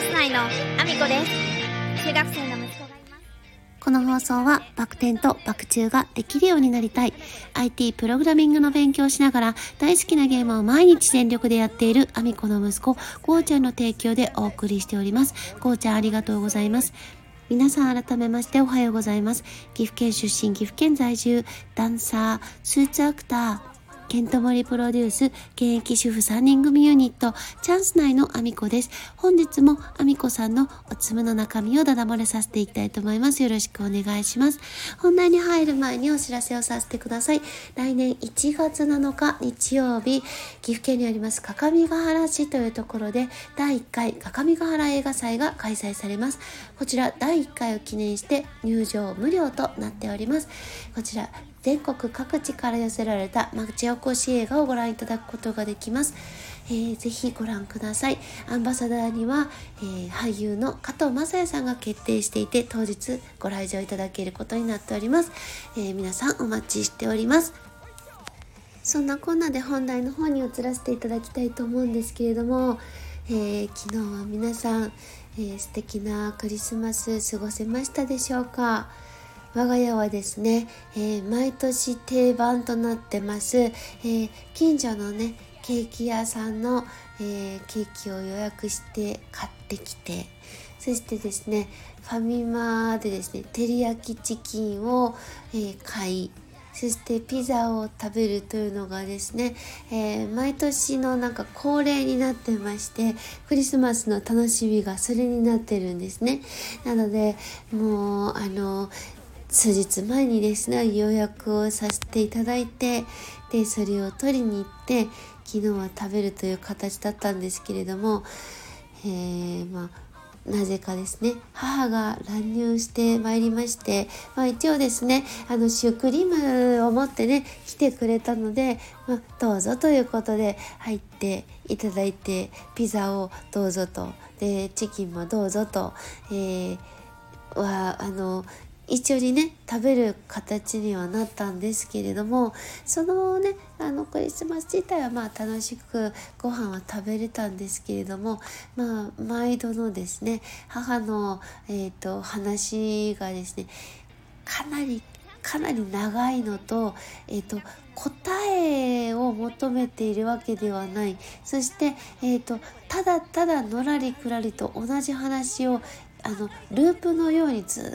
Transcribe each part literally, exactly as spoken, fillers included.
ス内のアミコです。中学生の息子がいます。 この放送はバク転とバク宙ができるようになりたい アイティー プログラミングの勉強をしながら大好きなゲームを毎日全力でやっているアミコの息子ゴーちゃんの提供でお送りしております。ゴーちゃんありがとうございます。皆さん改めましておはようございます。岐阜県出身、岐阜県在住、ダンサー、スーツアクター、ケントモリプロデュース、現役主婦さんにん組ユニット、チャンス内のアミコです。本日もアミコさんのおつむの中身をダダ漏れさせていきたいと思います。よろしくお願いします。本題に入る前にお知らせをさせてください。来年いちがつなのか日曜日、岐阜県にあります各務原市というところでだいいっかい各務原映画祭が開催されます。こちらだいいっかいを記念して入場無料となっております。こちら全国各地から寄せられた町おこし映画をご覧いただくことができます。えー、ぜひご覧ください。アンバサダーには、えー、俳優の加藤雅也さんが決定していて、当日ご来場いただけることになっております。えー、皆さんお待ちしております。そんなこんなで本題の方に移らせていただきたいと思うんですけれども、えー、昨日は皆さん、えー、素敵なクリスマス過ごせましたでしょうか。我が家はですね、えー、毎年定番となってます、えー、近所のねケーキ屋さんの、えー、ケーキを予約して買ってきて、そしてですねファミマでですね照り焼きチキンを、えー、買い、そしてピザを食べるというのがですね、えー、毎年のなんか恒例になってまして、クリスマスの楽しみがそれになってるんですね。なのでもうあの数日前にですね予約をさせていただいて、でそれを取りに行って昨日は食べるという形だったんですけれども、えー、まあなぜかですね母が乱入してまいりまして、まあ、一応ですねあのシュークリームを持ってね来てくれたので、まあ、どうぞということで入っていただいて、ピザをどうぞと、でチキンもどうぞと、えー、はあの一緒にね食べる形にはなったんですけれども、そのねあのクリスマス自体はまあ楽しくご飯は食べれたんですけれども、まあ毎度のですね母の、えーと、話がですねかなりかなり長いのと、えーと答えを求めているわけではない、そして、えーとただただのらりくらりと同じ話をあのループのようにず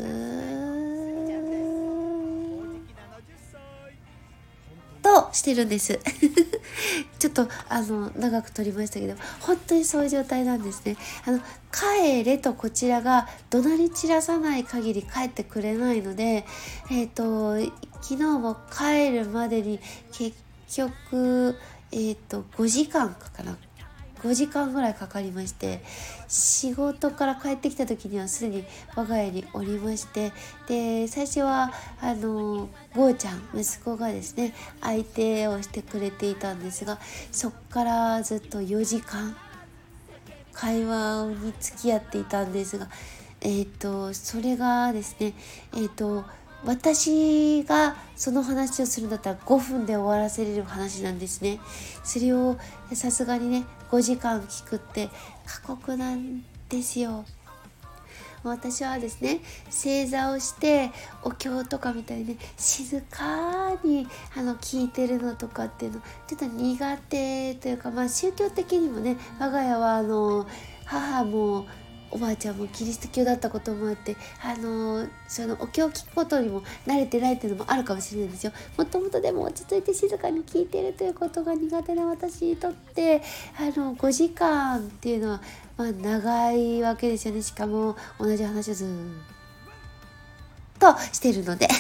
っとしてるんですちょっとあの長く撮りましたけど、本当にそういう状態なんですね。あの帰れとこちらが怒鳴り散らさない限り帰ってくれないので、えっと昨日も帰るまでに結局えっとごじかんかかなごじかんぐらいかかりまして、仕事から帰ってきた時にはすでに我が家におりまして、で最初はあのゴーちゃん息子がですね相手をしてくれていたんですが、そっからずっとよじかん会話に付き合っていたんですが、えっとそれがですねえっと私がその話をするんだったらごふんで終わらせれる話なんですね。それをさすがにねごじかん聞くって過酷なんですよ。私はですね正座をしてお経とかみたいにね静かにあの聞いてるのとかっていうのちょっと苦手というか、まあ宗教的にもね我が家はあの母もおばあちゃんもキリスト教だったこともあって、あのー、そのお経を聞くことにも慣れてないっていうのもあるかもしれないんですよ。もともとでも落ち着いて静かに聞いてるということが苦手な私にとってあのごじかんっていうのは、まあ、長いわけですよね。しかも同じ話をずっとしてるので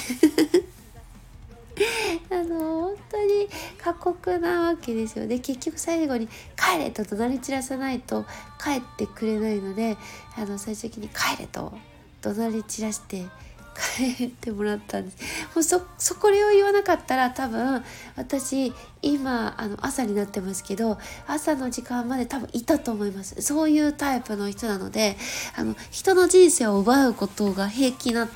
あの本当に過酷なわけですよね。結局最後に帰れと怒鳴り散らさないと帰ってくれないので、あの最終的に帰れと怒鳴り散らして帰ってもらったんです。もうそ、そこを言わなかったら多分私今あの朝になってますけど朝の時間まで多分いたと思います。そういうタイプの人なので、あの人の人生を奪うことが平気なタイ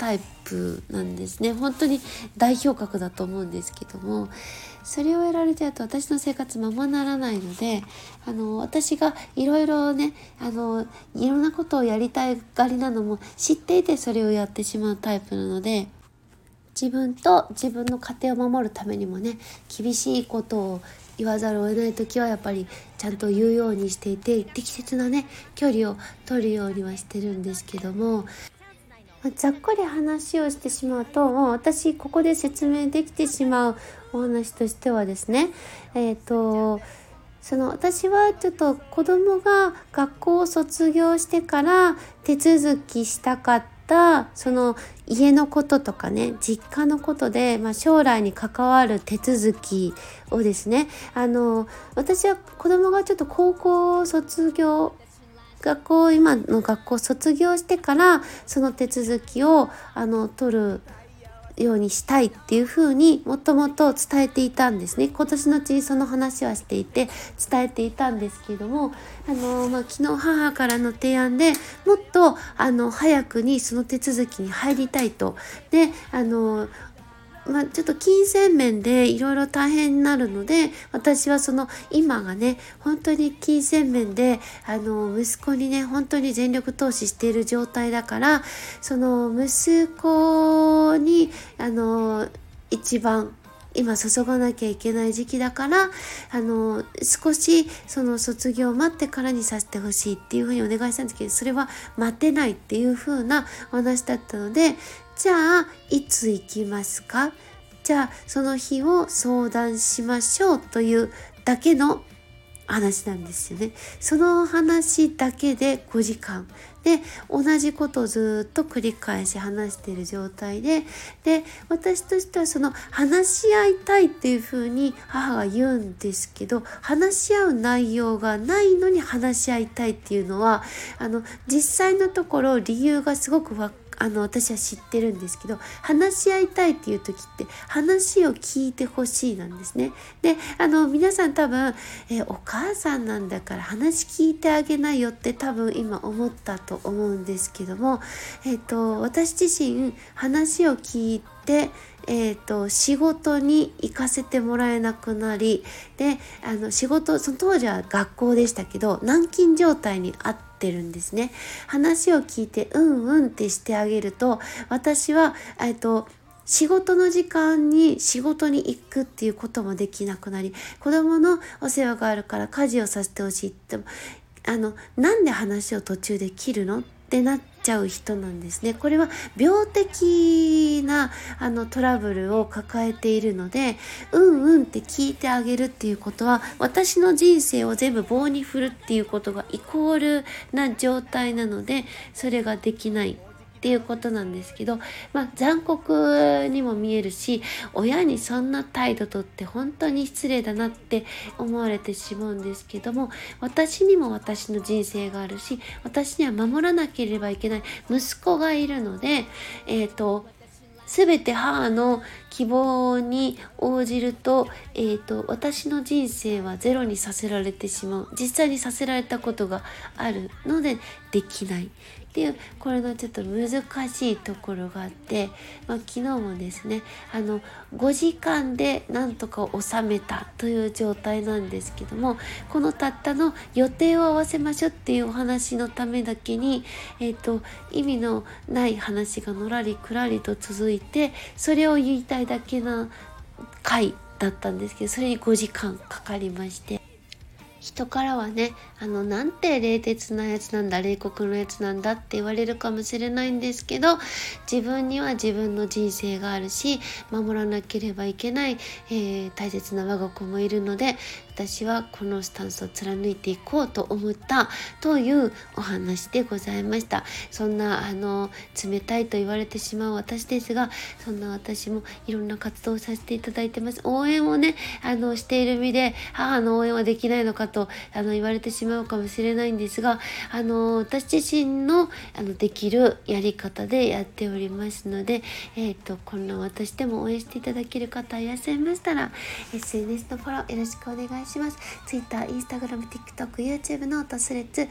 プなんですね。本当に代表格だと思うんですけども、それをやられちゃうと私の生活ままならないので、あの私がいろいろねあのいろんなことをやりたいがりなのも知っていてそれをやってしまうタイプなので、自分と自分の家庭を守るためにもね、厳しいことを言わざるを得ないときはやっぱりちゃんと言うようにしていて、適切なね距離を取るようにはしてるんですけども、ざっくり話をしてしまうと、もう私ここで説明できてしまうお話としてはですね、えっとその私はちょっと子供が学校を卒業してから手続きしたかったその家のこととかね、実家のことで、まあ、将来に関わる手続きをですね、あの私は子供がちょっと高校卒業学校今の学校を卒業してからその手続きをあの取るようにしたいっていうふうにもともと伝えていたんですね。今年のうちにその話はしていて伝えていたんですけれども、あの、まあ、昨日母からの提案でもっとあの早くにその手続きに入りたいと。で、あのまあ、ちょっと金銭面でいろいろ大変になるので、私はその今がね本当に金銭面であの息子にね本当に全力投資している状態だから、その息子にあの一番今注がなきゃいけない時期だから、あの少しその卒業を待ってからにさせてほしいっていうふうにお願いしたんですけど、それは待てないっていうふうなお話だったので、じゃあいつ行きますか、じゃあその日を相談しましょうというだけの話なんですよね。その話だけでごじかんで同じことをずっと繰り返し話している状態で、で私としてはその話し合いたいっていうふうに母が言うんですけど、話し合う内容がないのに話し合いたいっていうのはあの実際のところ理由がすごくわあの私は知ってるんですけど、話し合いたいっていう時って話を聞いてほしいなんですね。で、あの皆さん多分えお母さんなんだから話聞いてあげないよって多分今思ったと思うんですけども、えっと私自身話を聞いてえー、と仕事に行かせてもらえなくなり、であの仕事その当時は学校でしたけど軟禁状態にあってるんですね。話を聞いてうんうんってしてあげると、私はえっと仕事の時間に仕事に行くっていうこともできなくなり、子供のお世話があるから家事をさせてほしいってあのなんで話を途中で切るのってなっちゃう人なんですね。これは病的なあのトラブルを抱えているので、うんうんって聞いてあげるっていうことは私の人生を全部棒に振るっていうことがイコールな状態なので、それができないっていうことなんですけど、まあ残酷にも見えるし、親にそんな態度とって本当に失礼だなって思われてしまうんですけども、私にも私の人生があるし、私には守らなければいけない息子がいるので、えっとすべて母の希望に応じると、えーと、私の人生はゼロにさせられてしまう。実際にさせられたことがあるのでできないっていう、これのちょっと難しいところがあって、まあ、昨日もですねあのごじかんでなんとか収めたという状態なんですけども、このたったの予定を合わせましょうっていうお話のためだけに、えーと、意味のない話がのらりくらりと続いて、それを言いたいだけな回だったんですけど、それにごじかんかかりまして、人からはね、あのなんて冷徹なやつなんだ、冷酷なやつなんだって言われるかもしれないんですけど、自分には自分の人生があるし、守らなければいけない、えー、大切な我が子もいるので、私はこのスタンスを貫いていこうと思ったというお話でございました。そんなあの冷たいと言われてしまう私ですが、そんな私もいろんな活動をさせていただいてます。応援をねあのしている身で母の応援はできないのかとあの言われてしまうかもしれないんですが、あの私自身のあのできるやり方でやっておりますので、えーと、こんな私でも応援していただける方いらっしゃいましたら エスエヌエス のフォローよろしくお願いします。 Twitter、Instagram、TikTok、YouTube ノート、スレッズ、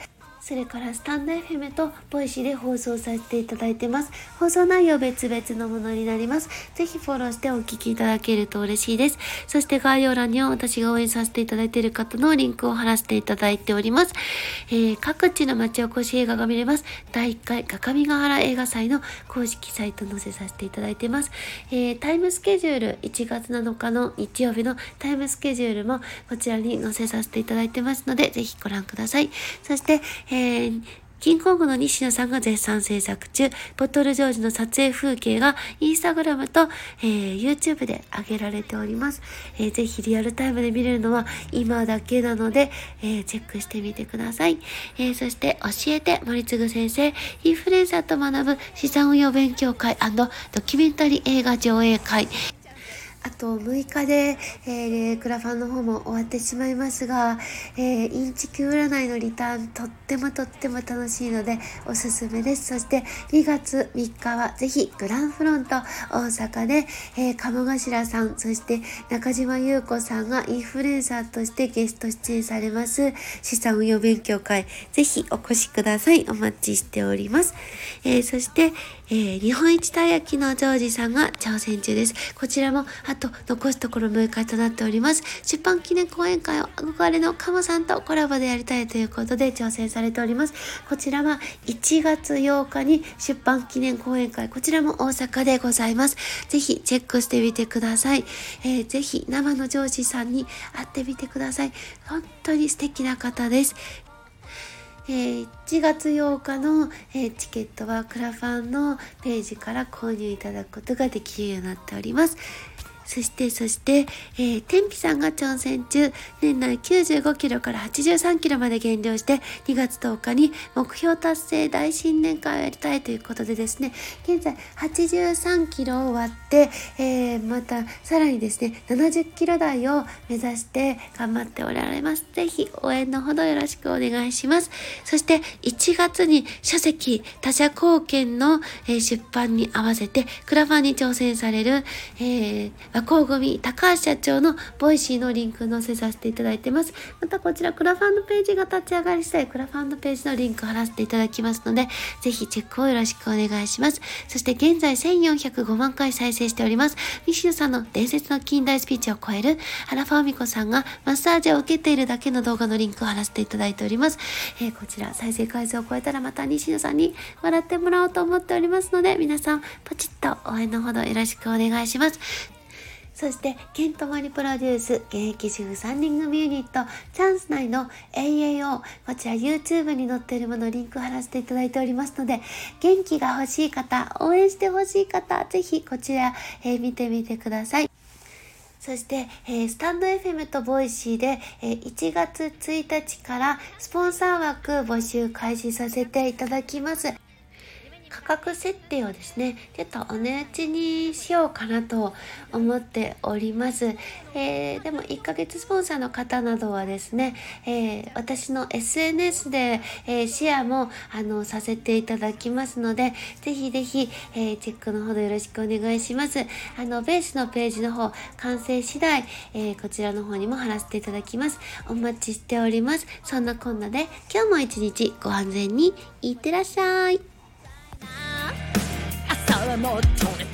それからスタンド エフエム とボイシーで放送させていただいてます。放送内容別々のものになります。ぜひフォローしてお聞きいただけると嬉しいです。そして概要欄には私が応援させていただいている方のリンクを貼らせていただいております。えー、各地の町おこし映画が見れます。だいいっかい各務原映画祭の公式サイト載せさせていただいてます。えー、タイムスケジュールいちがつなのかの日曜日のタイムスケジュールもこちらに載せさせていただいてますので、ぜひご覧ください。そして、えーキングコングの西野さんが絶賛制作中、ボトルジョージの撮影風景がインスタグラムと、えー、YouTube で上げられております。えー、ぜひリアルタイムで見れるのは今だけなので、えー、チェックしてみてください。えー、そして教えて森次先生、インフルエンサーと学ぶ資産運用勉強会&ドキュメンタリー映画上映会。あとむいかで、えー、クラファンの方も終わってしまいますが、えー、インチキ占いのリターンとってもとっても楽しいのでおすすめです。そしてにがつみっかはぜひグランフロント大阪で、えー、鴨頭さん、そして中島優子さんがインフルエンサーとしてゲスト出演されます資産運用勉強会、ぜひお越しください。お待ちしております。えー、そして、えー、日本一たい焼きのジョージさんが挑戦中です。こちらもあと残すところむいかとなっております。出版記念講演会を憧れのカモさんとコラボでやりたいということで挑戦されております。こちらはいちがつようかに出版記念講演会、こちらも大阪でございます。ぜひチェックしてみてください。えー、ぜひ生のジョージさんに会ってみてください。本当に素敵な方です。えー、いちがつようかの、えー、チケットはクラファンのページから購入いただくことができるようになっております。そして、そして、えー、天日さんが挑戦中、年内きゅうじゅうごキロからはちじゅうさんキロまで減量して、にがつとおかに目標達成大新年会をやりたいということでですね、現在はちじゅうさんキロを割って、えー、またさらにですね、ななじゅっキロ台を目指して頑張っておられます。ぜひ応援のほどよろしくお願いします。そして、いちがつに書籍、他者貢献の、えー、出版に合わせて、クラファンに挑戦される、えー和光組高橋社長のボイシーのリンク載せさせていただいてます。またこちらクラファンのページが立ち上がり次第クラファンのページのリンク貼らせていただきますので、ぜひチェックをよろしくお願いします。そして現在せんよんひゃくごまんかい再生しております西野さんの伝説の近代スピーチを超える原ファーミコさんがマッサージを受けているだけの動画のリンクを貼らせていただいております。えー、こちら再生回数を超えたらまた西野さんに笑ってもらおうと思っておりますので、皆さんポチッと応援のほどよろしくお願いします。そして、ケントマリプロデュース、現役主婦さんにん組ユニット、チャンス内の エーエーオー、こちら YouTube に載っているものをリンク貼らせていただいておりますので、元気が欲しい方、応援して欲しい方、ぜひこちら、えー、見てみてください。そして、えー、スタンド エフエム とボイシーで、えー、いちがつついたちからスポンサー枠募集開始させていただきます。価格設定をですね、ちょっとお値打ちにしようかなと思っております。えー、でもいっかげつスポンサーの方などはですね、えー、私の エスエヌエス で、えー、シェアもあのさせていただきますので、ぜひぜひ、えー、チェックのほどよろしくお願いします。あのベースのページの方完成次第、えー、こちらの方にも貼らせていただきます。お待ちしております。そんなこんなで今日も一日ご安全にいってらっしゃい。 朝はもっとね